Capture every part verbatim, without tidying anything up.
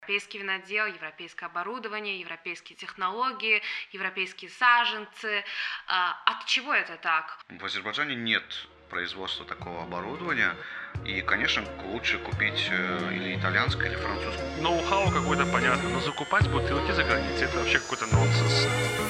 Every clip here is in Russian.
Европейский винодел, европейское оборудование, европейские технологии, европейские саженцы. От чего это так? В Азербайджане нет производства такого оборудования. И, конечно, лучше купить или итальянское, или французское. Ноу-хау какой-то понятно, но закупать бутылки за границей — это вообще какой-то нонсенс.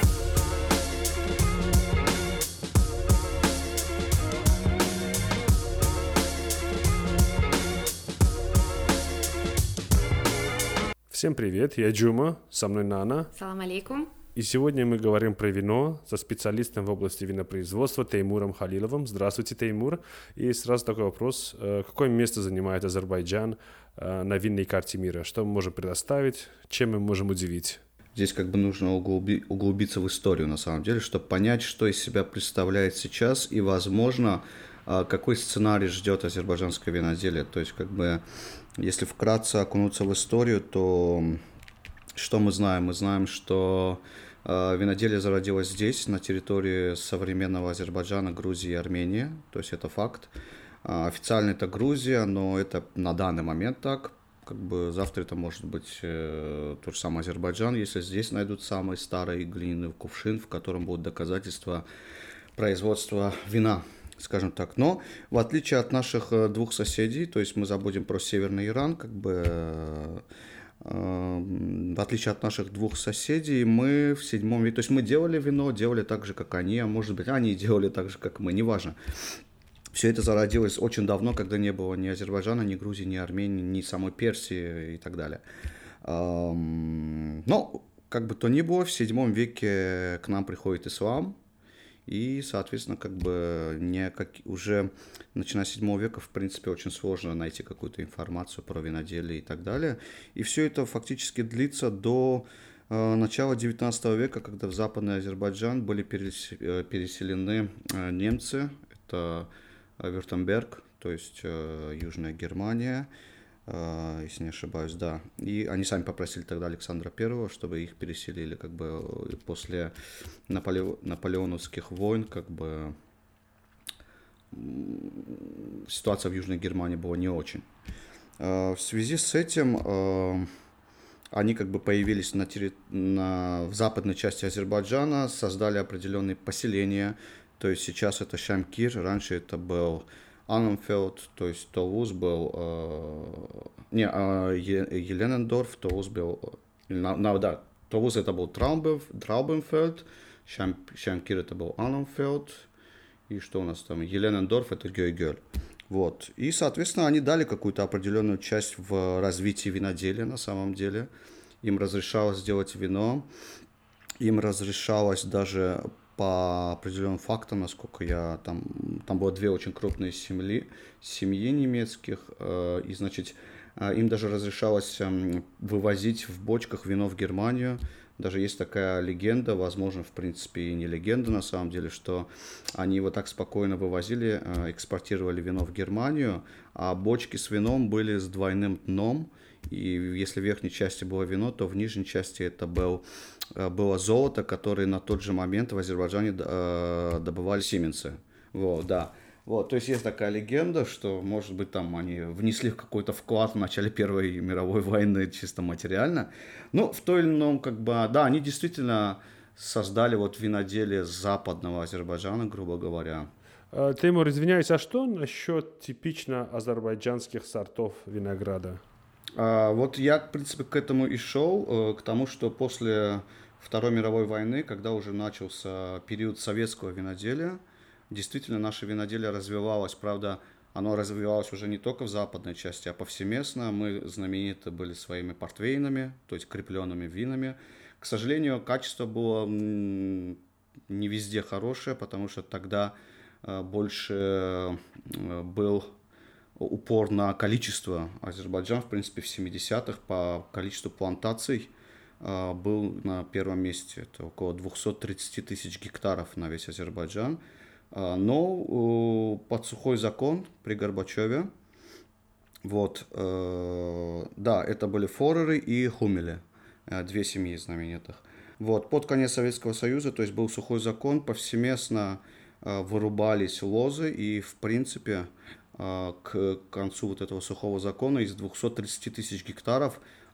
Всем привет, я Джума, со мной Нана. Салам алейкум. И сегодня мы говорим про вино со специалистом в области винопроизводства Теймуром Халиловым. Здравствуйте, Теймур. И сразу такой вопрос. Какое место занимает Азербайджан на винной карте мира? Что мы можем предоставить? Чем мы можем удивить? Здесь как бы нужно углуби- углубиться в историю, на самом деле, чтобы понять, что из себя представляет сейчас и, возможно, какой сценарий ждет азербайджанское виноделие. То есть, как бы, если вкратце окунуться в историю, то что мы знаем? Мы знаем, что э, виноделие зародилось здесь, на территории современного Азербайджана, Грузии и Армении. То есть это факт. Э, официально это Грузия, но это на данный момент так. Как бы завтра это может быть э, тот же самый Азербайджан, если здесь найдут самый старый глиняный кувшин, в котором будут доказательства производства вина, скажем так. Но в отличие от наших двух соседей, то есть мы забудем про Северный Иран, как бы э, в отличие от наших двух соседей, мы в седьмом веке, то есть мы делали вино, делали так же, как они, а может быть, они делали так же, как мы, неважно. Все это зародилось очень давно, когда не было ни Азербайджана, ни Грузии, ни Армении, ни самой Персии и так далее. Но, как бы то ни было, в седьмом веке к нам приходит ислам, и, соответственно, как бы не как, уже начиная с седьмого века, в принципе, очень сложно найти какую-то информацию про виноделие и так далее. И все это фактически длится до э, начала девятнадцатого века, когда в Западный Азербайджан были перес, э, переселены э, немцы. Это Вюртемберг, то есть э, Южная Германия, э, если не ошибаюсь, да. И они сами попросили тогда Александра Первого, чтобы их переселили, как бы после Наполе... наполеоновских войн, как бы ситуация в Южной Германии была не очень. Э, в связи с этим э, они как бы появились на терри... на... в западной части Азербайджана, создали определенные поселения. То есть сейчас это Шамкир, раньше это был Анненфелд, то есть Толуз был, э, не, э, Еленендорф, Толуз был, на, на, да, Толуз это был Траубенфельд, Шам, Шамкир это был Анненфелд, и что у нас там, Еленендорф это Гёйгёль. Вот, и, соответственно, они дали какую-то определенную часть в развитии виноделия на самом деле. Им разрешалось делать вино, им разрешалось даже по определенным фактам, насколько я там, там было две очень крупные семьи, семьи немецких, э, и, значит, э, им даже разрешалось э, вывозить в бочках вино в Германию. Даже есть такая легенда, возможно, в принципе, и не легенда на самом деле, что они вот так спокойно вывозили, э, экспортировали вино в Германию, а бочки с вином были с двойным дном. И если в верхней части было вино, то в нижней части это был, было золото, которое на тот же момент в Азербайджане э, добывали сименцы. Вот, да. Вот, то есть есть такая легенда, что, может быть, там они внесли какой-то вклад в начале Первой мировой войны чисто материально. Ну, в то или ином, как бы, да, они действительно создали вот виноделие западного Азербайджана, грубо говоря. Теймур, извиняюсь, а что насчет типично азербайджанских сортов винограда? А, вот я, в принципе, к этому и шел, к тому, что после Второй мировой войны, когда уже начался период советского виноделия, действительно наше виноделие развивалось. Правда, оно развивалось уже не только в западной части, а повсеместно. Мы знамениты были своими портвейнами, то есть крепленными винами. К сожалению, качество было не везде хорошее, потому что тогда больше был упор на количество. Азербайджан, в принципе, в семидесятых по количеству плантаций э, был на первом месте. Это около двести тридцать тысяч гектаров на весь Азербайджан. Э, но э, под сухой закон при Горбачеве, вот, э, да, это были фореры и хумели, э, две семьи знаменитых. Вот, под конец Советского Союза, то есть был сухой закон, повсеместно э, вырубались лозы, и, в принципе, к концу вот этого сухого закона из двухсот тридцати тысяч гектаров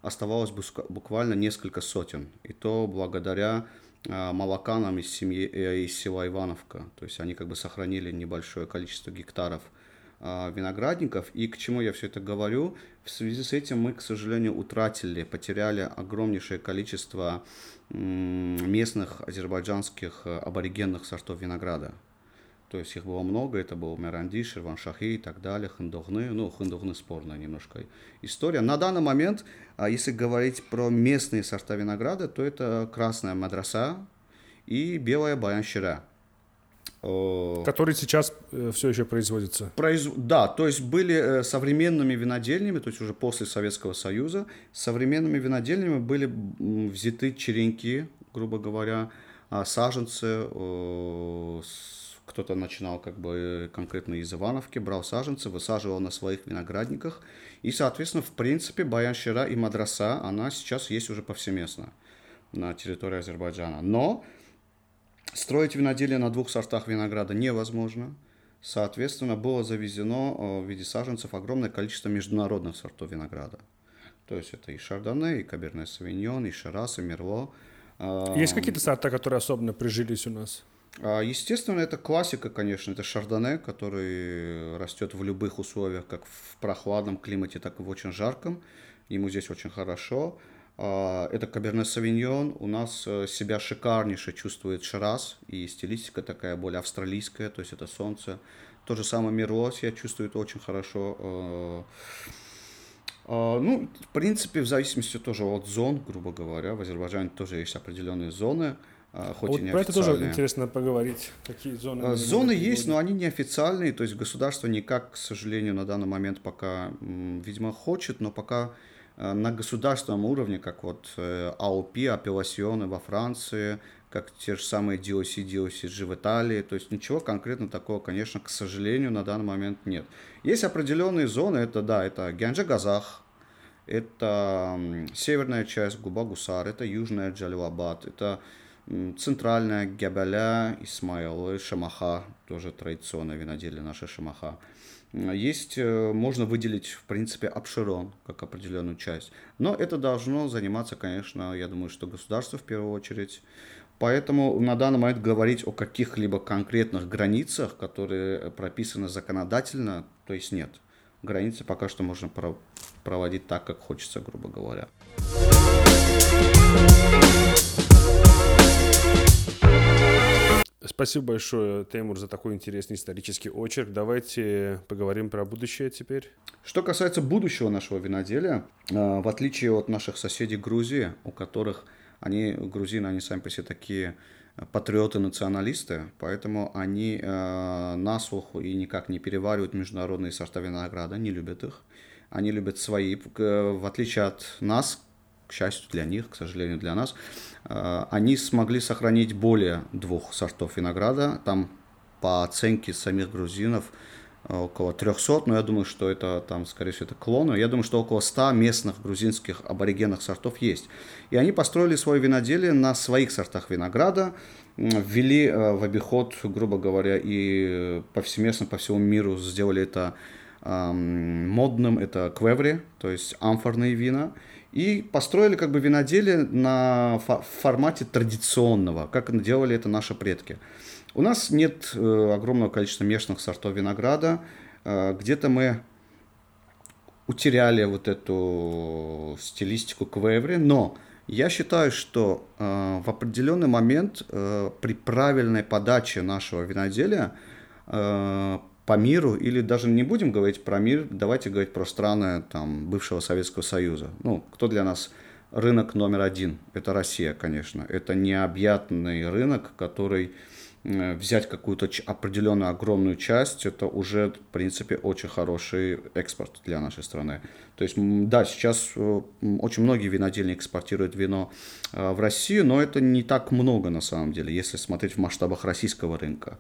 оставалось буквально несколько сотен. И то благодаря молоканам из, семьи, из села Ивановка. То есть они как бы сохранили небольшое количество гектаров виноградников. И к чему я все это говорю? В связи с этим мы, к сожалению, утратили, потеряли огромнейшее количество местных азербайджанских аборигенных сортов винограда. То есть их было много, это был Меранди, Ширваншахи и так далее, Хындогны. Ну, Хындогны спорная немножко история. На данный момент, если говорить про местные сорта винограда, то это красная Мадраса и белая Баян-Шира. Который сейчас э, все еще производится. Произ... Да, то есть были э, современными винодельнями, то есть уже после Советского Союза, современными винодельнями были взяты черенки, грубо говоря, саженцы. Э, кто-то начинал как бы конкретно из Ивановки, брал саженцы, высаживал на своих виноградниках. И, соответственно, в принципе, Баян-Шира и Мадраса, она сейчас есть уже повсеместно на территории Азербайджана. Но строить виноделие на двух сортах винограда невозможно. Соответственно, было завезено в виде саженцев огромное количество международных сортов винограда. То есть это и Шардоне, и Каберне Савиньон, и Шираз, и Мерло. Есть какие-то сорта, которые особенно прижились у нас? Естественно, это классика, конечно. Это Шардоне, который растет в любых условиях, как в прохладном климате, так и в очень жарком. Ему здесь очень хорошо. Это Каберне Савиньон. У нас себя шикарнейше чувствует Шираз, и стилистика такая более австралийская, то есть это солнце. То же самое Мерло себя чувствует очень хорошо. Ну, в принципе, в зависимости тоже от зон, грубо говоря. В Азербайджане тоже есть определенные зоны, хоть вот и неофициальные. Про это тоже интересно поговорить. Какие зоны? Зоны есть, но они неофициальные, то есть государство никак, к сожалению, на данный момент пока, видимо, хочет, но пока на государственном уровне, как вот эй о пи, апелласьоны во Франции, как те же самые ди о си, ди о си джи в Италии, то есть ничего конкретно такого, конечно, к сожалению, на данный момент нет. Есть определенные зоны, это, да, это Гянджа-Газах, это северная часть Губа-Гусар, это южная Джалилабад, это центральная Гябаля, Исмаил, Шамаха, тоже традиционное виноделие наша Шамаха. Есть, можно выделить, в принципе, Абширон как определенную часть. Но это должно заниматься, конечно, я думаю, что государство в первую очередь. Поэтому на данный момент говорить о каких-либо конкретных границах, которые прописаны законодательно, то есть нет. Границы пока что можно проводить так, как хочется, грубо говоря. Спасибо большое, Теймур, за такой интересный исторический очерк. Давайте поговорим про будущее теперь. Что касается будущего нашего виноделия, в отличие от наших соседей Грузии, у которых они, грузины, они сами по себе такие патриоты-националисты, поэтому они на слуху и никак не переваривают международные сорта винограда, не любят их. Они любят свои, в отличие от нас, к счастью для них, к сожалению для нас, они смогли сохранить более двух сортов винограда. Там по оценке самих грузинов около трехсот, но я думаю, что это там, скорее всего, это клоны. Я думаю, что около ста местных грузинских аборигенных сортов есть. И они построили свое виноделие на своих сортах винограда, ввели в обиход, грубо говоря, и повсеместно по всему миру сделали это модным, это квеври, то есть амфорные вина. И построили как бы виноделие на фо- формате традиционного, как делали это наши предки. У нас нет э, огромного количества местных сортов винограда. Э, где-то мы утеряли вот эту стилистику квеври, но я считаю, что э, в определенный момент э, при правильной подаче нашего виноделия э, по миру, или даже не будем говорить про мир, давайте говорить про страны там, бывшего Советского Союза. Ну, кто для нас рынок номер один? Это Россия, конечно. Это необъятный рынок, который э, взять какую-то ч- определенную огромную часть, это уже, в принципе, очень хороший экспорт для нашей страны. То есть, да, сейчас э, очень многие винодельни экспортируют вино э, в Россию, но это не так много на самом деле, если смотреть в масштабах российского рынка.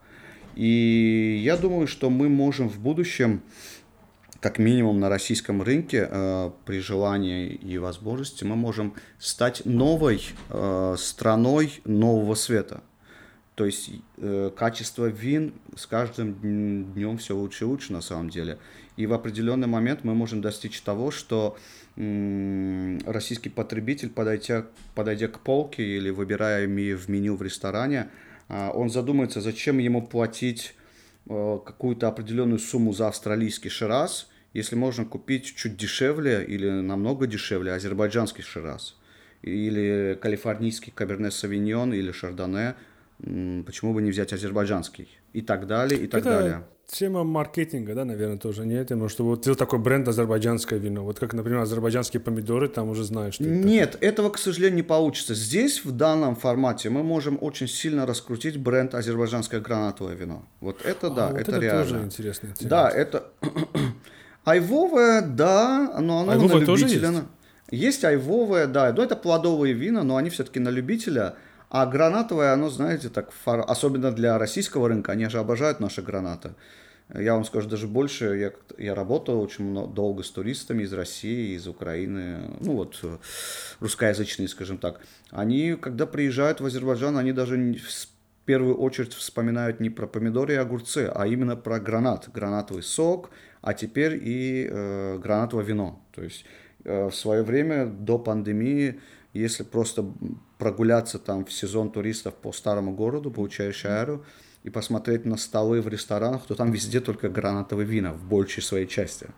И я думаю, что мы можем в будущем, как минимум на российском рынке, э, при желании и возможности, мы можем стать новой э, страной нового света. То есть э, качество вин с каждым днем все лучше и лучше на самом деле. И в определенный момент мы можем достичь того, что м- российский потребитель, подойдя, подойдя к полке или выбирая ми- в меню в ресторане, э, он задумается, зачем ему платить э, какую-то определенную сумму за австралийский шираз, если можно купить чуть дешевле или намного дешевле азербайджанский шираз. Или калифорнийский каберне савиньон или шардоне. Почему бы не взять азербайджанский? И так далее, и так это далее. Тема маркетинга, да, наверное, тоже нет. Потому что вот сделал такой бренд азербайджанское вино. Вот как, например, азербайджанские помидоры, там уже знаешь, что это Нет, такое. этого, к сожалению, не получится. Здесь, в данном формате, мы можем очень сильно раскрутить бренд азербайджанское гранатовое вино. Вот это да, А, вот это, это реально. тоже интересно. Да, это... Айвовое, да, но оно Айвовое на тоже любителя. есть? Есть айвовое, да, но это плодовые вина, но они все-таки на любителя. А гранатовое, оно, знаете, так, фар... особенно для российского рынка, они же обожают наши гранаты. Я вам скажу даже больше, я, я работал очень много, долго с туристами из России, из Украины, ну вот, русскоязычные, скажем так. Они, когда приезжают в Азербайджан, они даже в первую очередь вспоминают не про помидоры и огурцы, а именно про гранат, гранатовый сок, а теперь и э, гранатовое вино. То есть э, в свое время, до пандемии, если просто прогуляться там в сезон туристов по старому городу, по Учай-Шайру, и посмотреть на столы в ресторанах, то там везде только гранатовые вина в большей своей части.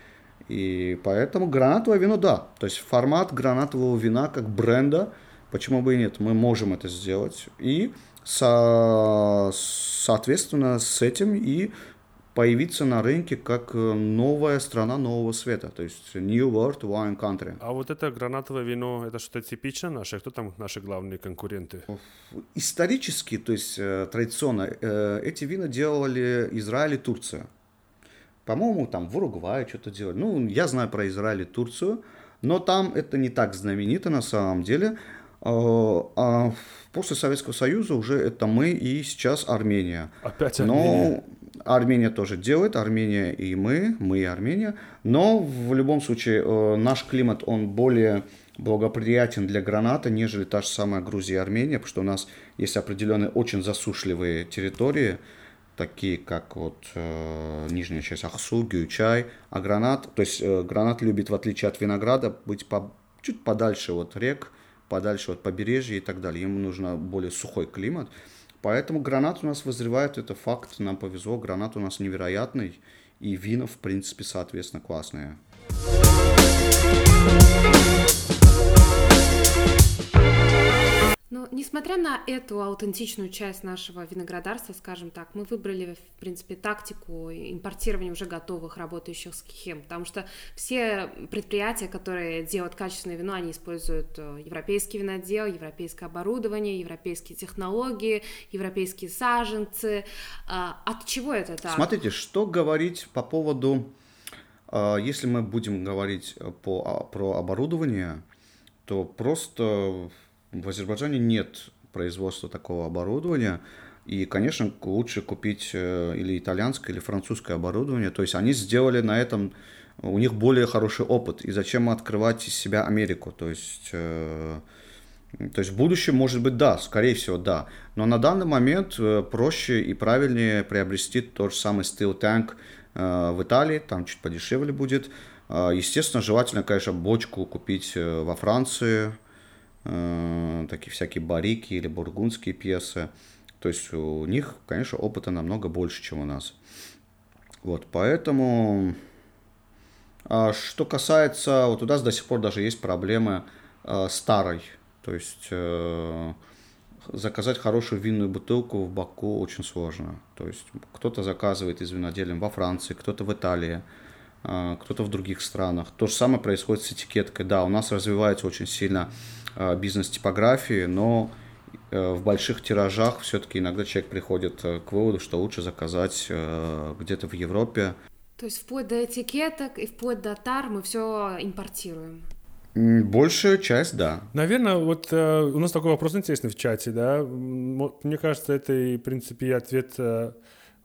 И поэтому гранатовое вино, да. То есть формат гранатового вина как бренда, почему бы и нет, мы можем это сделать. И, со, соответственно, с этим и появиться на рынке как новая страна нового света, то есть New World Wine Country. А вот это гранатовое вино, это что-то типично наше? Кто там наши главные конкуренты? Исторически, то есть традиционно, эти вина делали Израиль и Турция. По-моему, там в Уругвае что-то делали. Ну, я знаю про Израиль и Турцию, но там это не так знаменито на самом деле. А после Советского Союза уже это мы и сейчас Армения. Опять Армения. Но Армения тоже делает, Армения и мы, мы и Армения. Но в любом случае наш климат, он более благоприятен для граната, нежели та же самая Грузия и Армения, потому что у нас есть определенные очень засушливые территории, такие как вот э, нижняя часть Ахсу, Гюйчай, а гранат, то есть э, гранат любит, в отличие от винограда, быть по, чуть подальше от рек, подальше от побережья и так далее. Ему нужно более сухой климат. Поэтому гранат у нас вызревает, это факт, нам повезло, гранат у нас невероятный, и вина, в принципе, соответственно, классные. Но, несмотря на эту аутентичную часть нашего виноградарства, скажем так, мы выбрали, в принципе, тактику импортирования уже готовых работающих схем, потому что все предприятия, которые делают качественное вино, они используют европейский винодел, европейское оборудование, европейские технологии, европейские саженцы. От чего это так? Смотрите, что говорить по поводу, если мы будем говорить по, про оборудование, то просто... В Азербайджане нет производства такого оборудования, и, конечно, лучше купить или итальянское, или французское оборудование. То есть они сделали на этом, у них более хороший опыт, и зачем открывать из себя Америку? То есть, э, то есть в будущем, может быть, да, скорее всего, да. Но на данный момент проще и правильнее приобрести тот же самый Steel Tank э, в Италии, там чуть подешевле будет. Естественно, желательно, конечно, бочку купить во Франции, такие всякие барики или бургундские пьесы. То есть у них, конечно, опыта намного больше, чем у нас. Вот, поэтому... А что касается... Вот у нас до сих пор даже есть проблемы э, старой. То есть э, заказать хорошую винную бутылку в Баку очень сложно. То есть кто-то заказывает из виноделин во Франции, кто-то в Италии, э, кто-то в других странах. То же самое происходит с этикеткой. Да, у нас развивается очень сильно бизнес-типографии, но в больших тиражах все-таки иногда человек приходит к выводу, что лучше заказать где-то в Европе. То есть вплоть до этикеток и вплоть до тар мы все импортируем? Большая часть, да. Наверное, вот э, у нас такой вопрос интересный в чате, да. Мне кажется, это, в принципе, ответ э,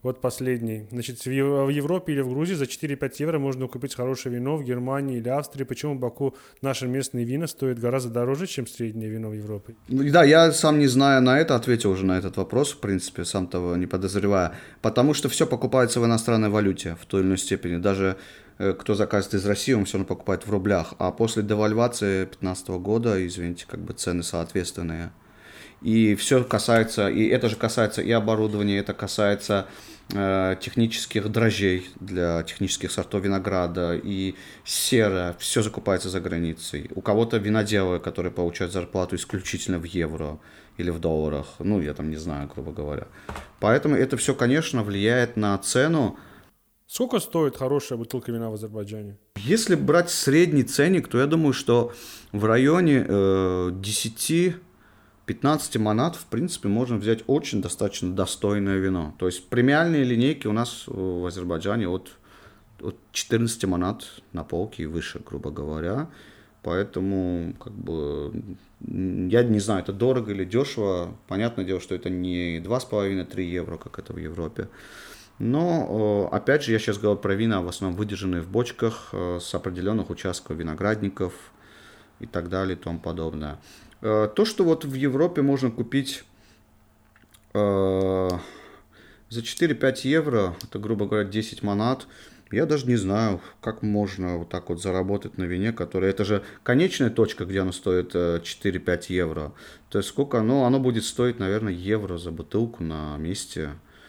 Вот последний. Значит, в Ев- в Европе или в Грузии за четыре-пять евро можно купить хорошее вино, в Германии или Австрии. Почему в Баку наши местные вина стоят гораздо дороже, чем среднее вино в Европе? Ну, да, я сам не зная на это, ответил уже на этот вопрос, в принципе, сам того не подозревая. Потому что все покупается в иностранной валюте в той или иной степени. Даже э, кто заказывает из России, он все равно покупает в рублях. А после девальвации две тысячи пятнадцатого года, извините, как бы цены соответственные. И все касается, и это же касается и оборудования, это касается э, технических дрожжей для технических сортов винограда, и сера, все закупается за границей. У кого-то виноделы, которые получают зарплату исключительно в евро или в долларах, ну, я там не знаю, грубо говоря. Поэтому это все, конечно, влияет на цену. Сколько стоит хорошая бутылка вина в Азербайджане? Если брать средний ценник, то я думаю, что в районе э, десять пятнадцать манат, в принципе, можно взять очень достаточно достойное вино. То есть премиальные линейки у нас в Азербайджане от, от четырнадцать манат на полке и выше, грубо говоря. Поэтому, как бы, я не знаю, это дорого или дешево. Понятное дело, что это не два с половиной - три евро, как это в Европе. Но, опять же, я сейчас говорю про вина, в основном выдержанные в бочках, с определенных участков виноградников и так далее и тому подобное. То, что вот в Европе можно купить э, за четыре-пять евро, это, грубо говоря, десять манат, я даже не знаю, как можно вот так вот заработать на вине, которое... Это же конечная точка, где оно стоит четыре-пять евро. То есть сколько оно? Оно будет стоить, наверное, евро за бутылку на месте.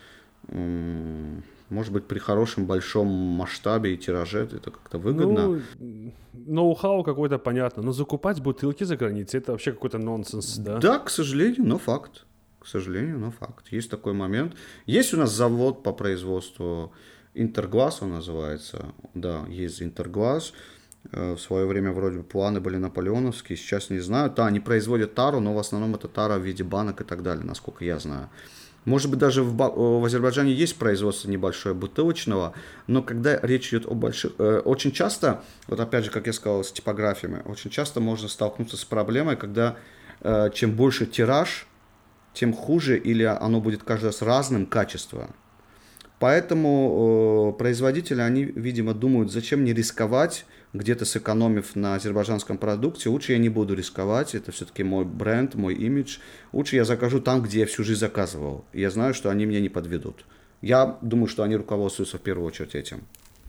Может быть, при хорошем большом масштабе и тираже это как-то выгодно. Ну, ноу-хау какой-то понятно, но закупать бутылки за границей — это вообще какой-то нонсенс, да? Да, к сожалению, но факт. К сожалению, но факт. Есть такой момент. Есть у нас завод по производству Интерглаз, он называется. Да, есть Интерглаз. В свое время вроде бы планы были наполеоновские, сейчас не знаю. Да, они производят тару, но в основном это тара в виде банок и так далее, насколько я знаю. Может быть, даже в, в Азербайджане есть производство небольшое бутылочного, но когда речь идет о больших... Э, очень часто, вот опять же, как я сказал, с типографиями, очень часто можно столкнуться с проблемой, когда э, чем больше тираж, тем хуже или оно будет каждый раз разным качества. Поэтому э, производители, они, видимо, думают, зачем не рисковать, где-то сэкономив на азербайджанском продукте. Лучше я не буду рисковать, это все-таки мой бренд, мой имидж. Лучше я закажу там, где я всю жизнь заказывал. Я знаю, что они меня не подведут. Я думаю, что они руководствуются в первую очередь этим.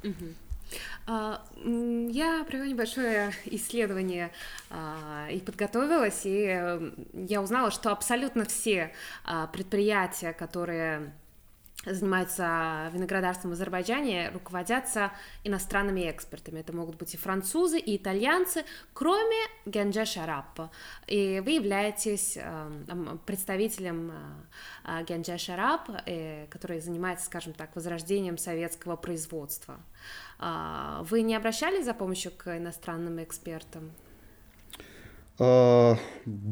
Я провела небольшое исследование и подготовилась, и я узнала, что абсолютно все предприятия, которые занимаются виноградарством в Азербайджане, руководятся иностранными экспертами. Это могут быть и французы, и итальянцы, кроме Генджа Шарап. И вы являетесь э, представителем э, Генджа Шарап, э, который занимается, скажем так, возрождением советского производства. Э, вы не обращались за помощью к иностранным экспертам? Было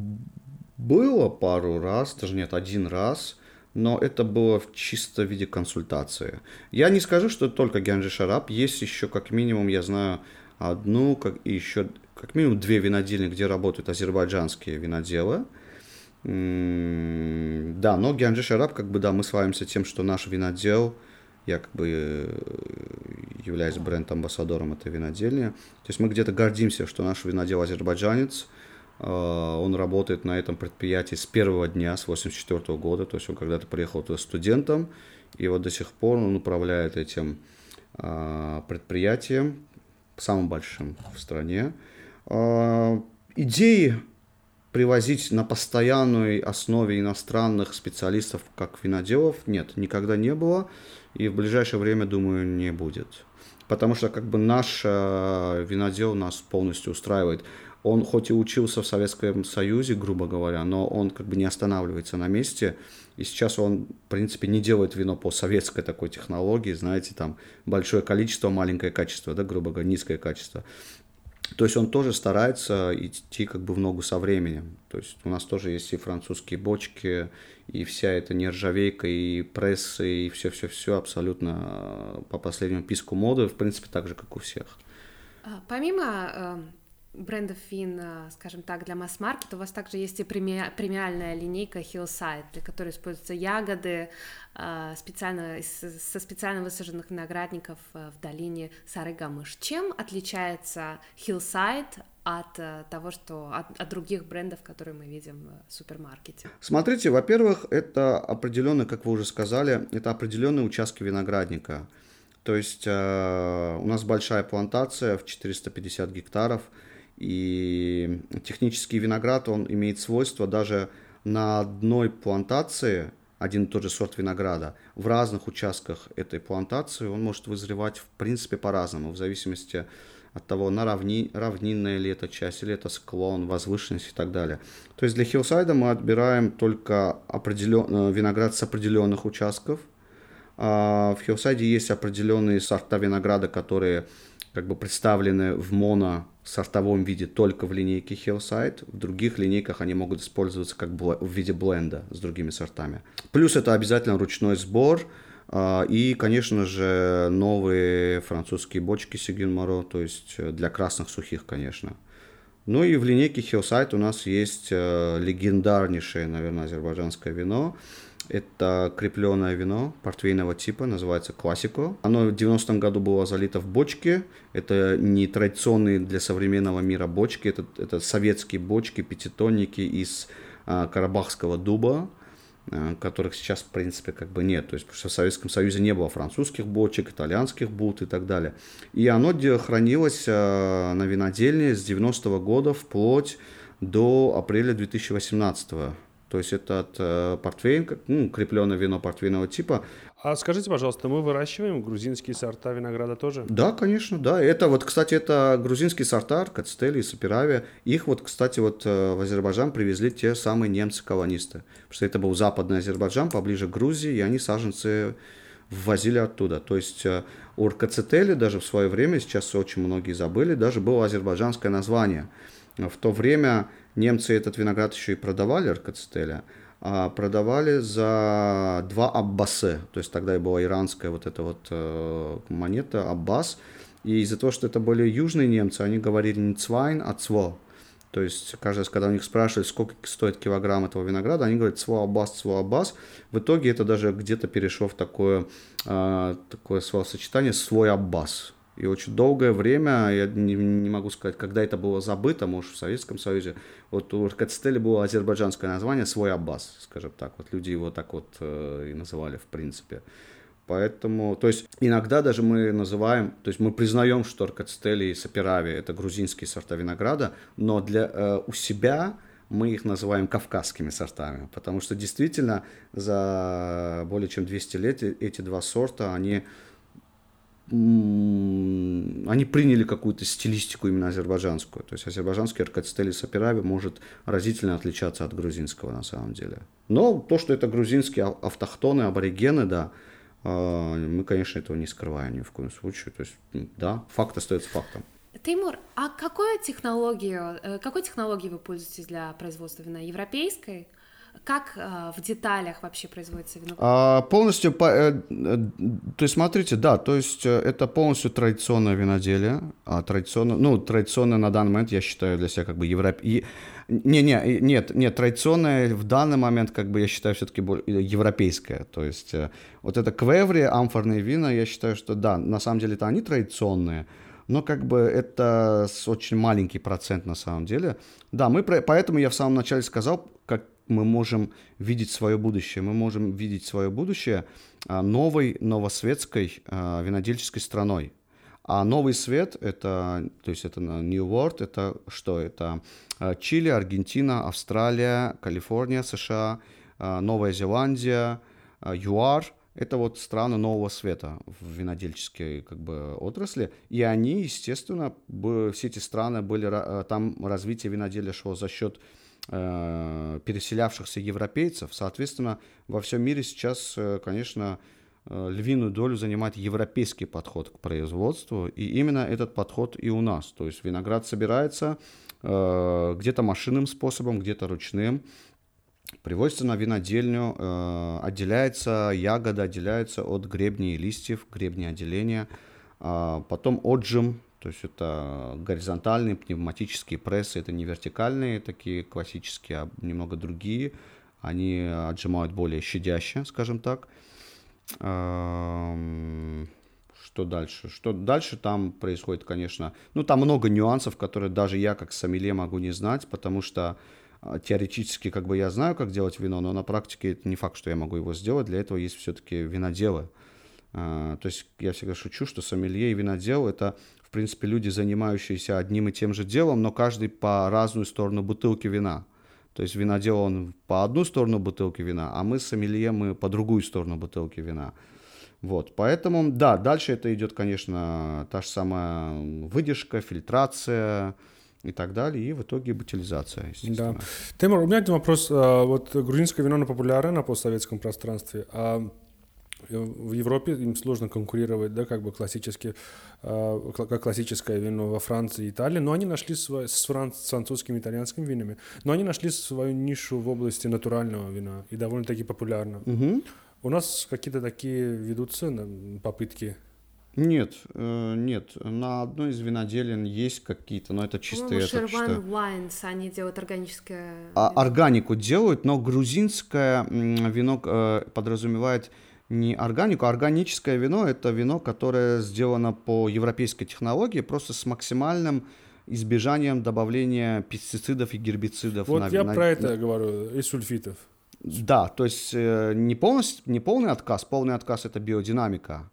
пару раз, даже нет, один раз. Но это было в чисто виде консультации. Я не скажу, что только Генджа Шарап. Есть еще, как минимум, я знаю, одну, как, и еще как минимум две винодельни, где работают азербайджанские виноделы. М-м- да, но Генджа Шарап, как бы, да, мы славимся тем, что наш винодел, я как бы являюсь бренд-амбассадором этой винодельни. То есть мы где-то гордимся, что наш винодел азербайджанец. Он работает на этом предприятии с первого дня, с восемьдесят четвёртого года, то есть он когда-то приехал туда студентом, и вот до сих пор он управляет этим предприятием, самым большим в стране. Идеи привозить на постоянной основе иностранных специалистов, как виноделов, нет, никогда не было, и в ближайшее время, думаю, не будет. Потому что как бы наш винодел нас полностью устраивает. Он хоть и учился в Советском Союзе, грубо говоря, но он как бы не останавливается на месте. И сейчас он, в принципе, не делает вино по советской такой технологии, знаете, там большое количество, маленькое качество, да, грубо говоря, низкое качество. То есть он тоже старается идти как бы в ногу со временем. То есть у нас тоже есть и французские бочки, и вся эта нержавейка, и прессы, и все-все-все абсолютно по последнему писку моды, в принципе, так же, как у всех. Помимо брендов вин, скажем так, для масс-маркета, у вас также есть и премия- премиальная линейка Hillside, для которой используются ягоды специально, со специально высаженных виноградников в долине Сары-Гамыш. Чем отличается Hillside от того, что от, от других брендов, которые мы видим в супермаркете? Смотрите, во-первых, это определенные, как вы уже сказали, это определенные участки виноградника. То есть э, у нас большая плантация в четыреста пятьдесят гектаров, и технический виноград, он имеет свойство даже на одной плантации, один и тот же сорт винограда, в разных участках этой плантации он может вызревать в принципе по-разному, в зависимости от того, на равни, равнинная ли это часть, или это склон, возвышенность и так далее. То есть для Hillside мы отбираем только определен, виноград с определенных участков. В Hillside есть определенные сорта винограда, которые как бы представлены в моносортовом виде только в линейке Hillside. В других линейках они могут использоваться как в виде бленда с другими сортами. Плюс это обязательно ручной сбор и, конечно же, новые французские бочки Сигин Моро, то есть для красных сухих, конечно. Ну и в линейке Hillside у нас есть легендарнейшее, наверное, азербайджанское вино. Это крепленное вино портвейного типа, называется Классико. Оно в девяностом году было залито в бочки. Это не традиционные для современного мира бочки, это, это советские бочки, пятитонники из а, карабахского дуба, а, которых сейчас, в принципе, как бы нет. То есть, потому что в Советском Союзе не было французских бочек, итальянских бут и так далее. И оно хранилось а, на винодельне с девяностого года вплоть до апреля две тысячи восемнадцатого. То есть этот э, портвейн, ну, крепленное вино портвейного типа. А скажите, пожалуйста, мы выращиваем грузинские сорта винограда тоже? Да, конечно, да. Это вот, кстати, это грузинские сорта, Аркацетели и Саперави. Их вот, кстати, вот в Азербайджан привезли те самые немцы-колонисты. Потому что это был западный Азербайджан, поближе к Грузии, и они саженцы ввозили оттуда. То есть у Аркацетели даже в свое время, сейчас очень многие забыли, даже было азербайджанское название. В то время немцы этот виноград еще и продавали, Аркацетеля, а продавали за два аббасы. То есть тогда и была иранская вот эта вот э, монета, аббас. И из-за того, что это были южные немцы, они говорили не цвайн, а цво. То есть каждый раз, когда у них спрашивали, сколько стоит килограмм этого винограда, они говорят цво аббас, цво аббас. В итоге это даже где-то перешло в такое, э, такое словосочетание свой аббас. И очень долгое время, я не, не могу сказать, когда это было забыто, может, в Советском Союзе, вот у Аркацетели было азербайджанское название «Свой Аббас», скажем так. Вот люди его так вот э, и называли, в принципе. Поэтому, то есть, иногда даже мы называем, то есть, мы признаем, что Аркацетели и Саперави – это грузинские сорта винограда, но для, э, у себя мы их называем кавказскими сортами, потому что, действительно, за более чем двести лет эти два сорта, они... они приняли какую-то стилистику именно азербайджанскую. То есть азербайджанский Аркацетели Саперави может разительно отличаться от грузинского на самом деле. Но то, что это грузинские автохтоны, аборигены, да, мы, конечно, этого не скрываем ни в коем случае. То есть, да, факт остается фактом. Теймур, а какой технологией, какой технологией вы пользуетесь для производства вина? Европейской? Как э, в деталях вообще производится вино? А, полностью, по, э, э, то есть смотрите, да, то есть э, это полностью традиционное виноделие, а традиционно, ну традиционное на данный момент я считаю для себя как бы европейское, не, не, нет, нет, традиционное в данный момент как бы я считаю все-таки европейское, то есть э, вот это квеври, амфорные вина, я считаю, что да, на самом деле это они традиционные, но как бы это очень маленький процент на самом деле. Да, мы поэтому я в самом начале сказал, как мы можем видеть свое будущее. Мы можем видеть свое будущее новой, новосветской винодельческой страной. А новый свет, это, то есть это New World, это что? Это Чили, Аргентина, Австралия, Калифорния, США, Новая Зеландия, ЮАР. Это вот страны нового света в винодельческой как бы отрасли. И они, естественно, все эти страны были, там развитие виноделия шло за счет переселявшихся европейцев. Соответственно, во всем мире сейчас, конечно, львиную долю занимает европейский подход к производству, и именно этот подход и у нас. То есть виноград собирается где-то машинным способом, где-то ручным, привозится на винодельню, отделяется ягода, отделяется от гребней и листьев, гребни отделения, потом отжим То есть это горизонтальные пневматические прессы, это не вертикальные такие классические, а немного другие. Они отжимают более щадяще, скажем так. Что дальше? Что дальше там происходит, конечно... Ну, там много нюансов, которые даже я, как сомелье, могу не знать, потому что теоретически, как бы, я знаю, как делать вино, но на практике это не факт, что я могу его сделать. Для этого есть все-таки виноделы. То есть я всегда шучу, что сомелье и винодел — это, в принципе, люди, занимающиеся одним и тем же делом, но каждый по разную сторону бутылки вина. То есть винодел, он по одну сторону бутылки вина, а мы сомелье, мы по другую сторону бутылки вина. Вот, поэтому, да, дальше это идет, конечно, та же самая выдержка, фильтрация и так далее, и в итоге бутилизация, естественно. Да. Тимур, у меня один вопрос. Вот грузинское вино популярно на постсоветском пространстве, а в Европе им сложно конкурировать, да, как бы классически, как классическое вино во Франции и Италии, но они нашли свой, с французскими и итальянскими винами, но они нашли свою нишу в области натурального вина и довольно-таки популярно. Угу. У нас какие-то такие ведутся попытки? Нет, нет. На одной из виноделин есть какие-то, но это чисто... это Шерван Wines, они делают органическое... А, органику делают, но грузинское вино подразумевает не органику, а органическое вино — это вино, которое сделано по европейской технологии, просто с максимальным избежанием добавления пестицидов и гербицидов. Вот на, я на, про это на... говорю, и сульфитов. Да, то есть э, не, полностью, не полный отказ, полный отказ — это биодинамика,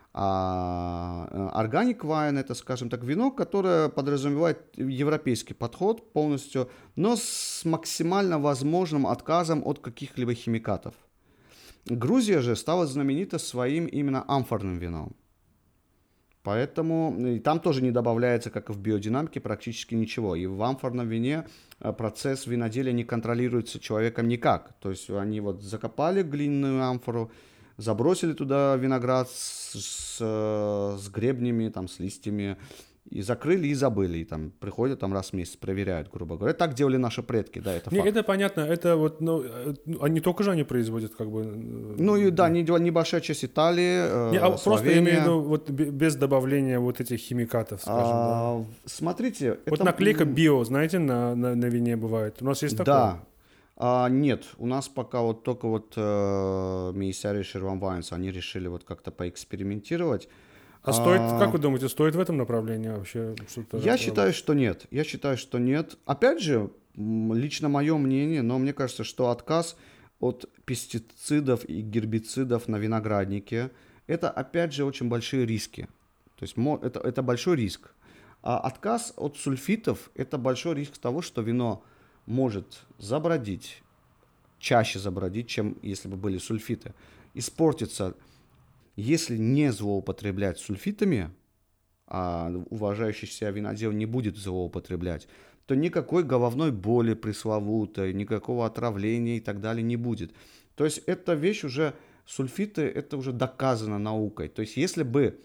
а органик wine — это, скажем так, вино, которое подразумевает европейский подход полностью, но с максимально возможным отказом от каких-либо химикатов. Грузия же стала знаменита своим именно амфорным вином. Поэтому и там тоже не добавляется, как и в биодинамике, практически ничего. И в амфорном вине процесс виноделия не контролируется человеком никак. То есть они вот закопали глиняную амфору, забросили туда виноград с, с, с гребнями, там, с листьями, и закрыли, и забыли. И там приходят там раз в месяц, проверяют, грубо говоря. Так делали наши предки, да, это не, факт. Это понятно, это вот, ну, они только же они производят, как бы... Ну, и да, небольшая часть Италии, не, а Словения. просто я имею в виду вот без добавления вот этих химикатов, скажем, а, да. Смотрите... Вот это... наклейка био, знаете, на, на, на вине бывает. У нас есть такое? Да. А, нет, у нас пока вот только вот э, Министерство Шерван Wines, они решили вот как-то поэкспериментировать. А стоит, как вы думаете, стоит в этом направлении вообще что-то? Я считаю, что нет. Я считаю, что нет. Опять же, лично мое мнение, но мне кажется, что отказ от пестицидов и гербицидов на винограднике — это, опять же, очень большие риски. То есть это, это большой риск. А отказ от сульфитов — это большой риск того, что вино может забродить, чаще забродить, чем если бы были сульфиты, испортиться. Если не злоупотреблять сульфитами, а уважающий себя винодел не будет злоупотреблять, то никакой головной боли пресловутой, никакого отравления и так далее не будет. То есть эта вещь уже, сульфиты, это уже доказано наукой. То есть если бы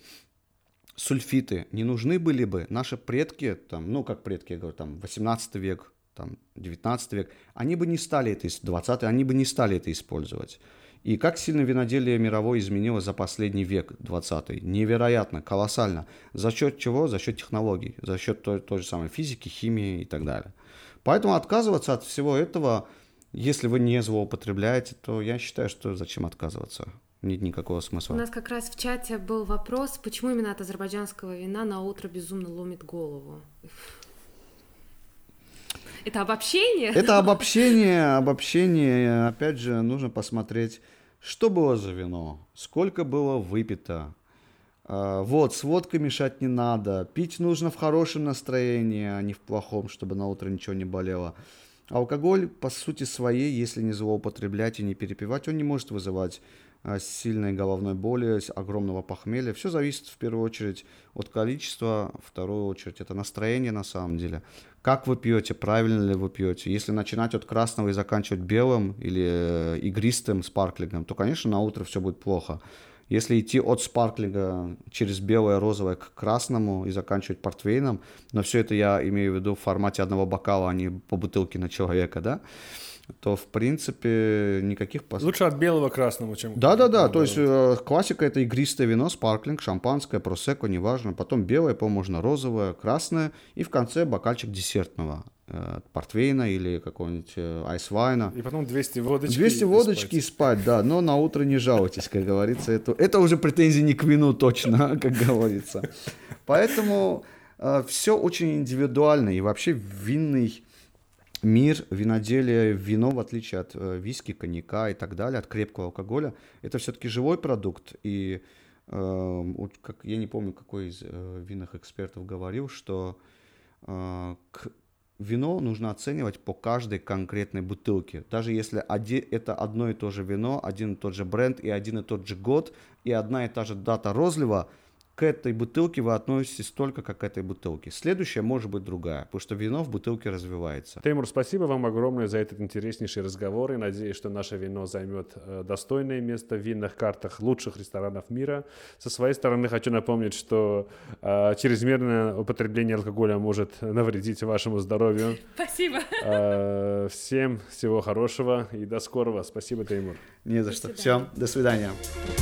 сульфиты не нужны были бы, наши предки, там, ну как предки, я говорю, там восемнадцатый век, там девятнадцатый век, они бы не стали это, двадцатый, они бы не стали это использовать. И как сильно виноделие мировое изменилось за последний век, двадцатый. Невероятно, колоссально. За счет чего? За счет технологий, за счет той, той же самой физики, химии и так далее. Поэтому отказываться от всего этого, если вы не злоупотребляете, то я считаю, что зачем отказываться? Нет никакого смысла. У нас как раз в чате был вопрос, почему именно от азербайджанского вина на утро безумно ломит голову. Это обобщение? Это обобщение, обобщение. Опять же, нужно посмотреть, что было за вино, сколько было выпито. Вот, с водкой мешать не надо. Пить нужно в хорошем настроении, а не в плохом, чтобы на утро ничего не болело. Алкоголь, по сути своей, если не злоупотреблять и не перепивать, он не может вызывать сильной головной боли, огромного похмелья. Все зависит в первую очередь от количества, в вторую очередь это настроение на самом деле. Как вы пьете, правильно ли вы пьете. Если начинать от красного и заканчивать белым или игристым спарклингом, то, конечно, на утро все будет плохо. Если идти от спарклинга через белое, розовое к красному и заканчивать портвейном, но все это я имею в виду в формате одного бокала, а не по бутылке на человека, да, то, в принципе, никаких... Пос... Лучше от белого к красному, чем... Да-да-да, то есть э, классика — это игристое вино, спарклинг, шампанское, просекко, неважно. Потом белое, по можно розовое, красное. И в конце бокальчик десертного. Э, портвейна или какого-нибудь э, айсвайна. И потом двести водочки. двести водочки и спать, да. Но на утро не жалуйтесь, как говорится. Это, это уже претензии не к вину точно, как говорится. Поэтому э, все очень индивидуально. И вообще винный... Мир, виноделие, вино, в отличие от э, виски, коньяка и так далее, от крепкого алкоголя, это все-таки живой продукт. И э, как, я не помню, какой из э, винных экспертов говорил, что э, к, вино нужно оценивать по каждой конкретной бутылке. Даже если один, это одно и то же вино, один и тот же бренд и один и тот же год, и одна и та же дата розлива, к этой бутылке вы относитесь только как к этой бутылке. Следующая может быть другая, потому что вино в бутылке развивается. Теймур, спасибо вам огромное за этот интереснейший разговор. И надеюсь, что наше вино займет достойное место в винных картах лучших ресторанов мира. Со своей стороны хочу напомнить, что э, чрезмерное употребление алкоголя может навредить вашему здоровью. Спасибо. Э, всем всего хорошего и до скорого. Спасибо, Теймур. Не за что. Все, до свидания.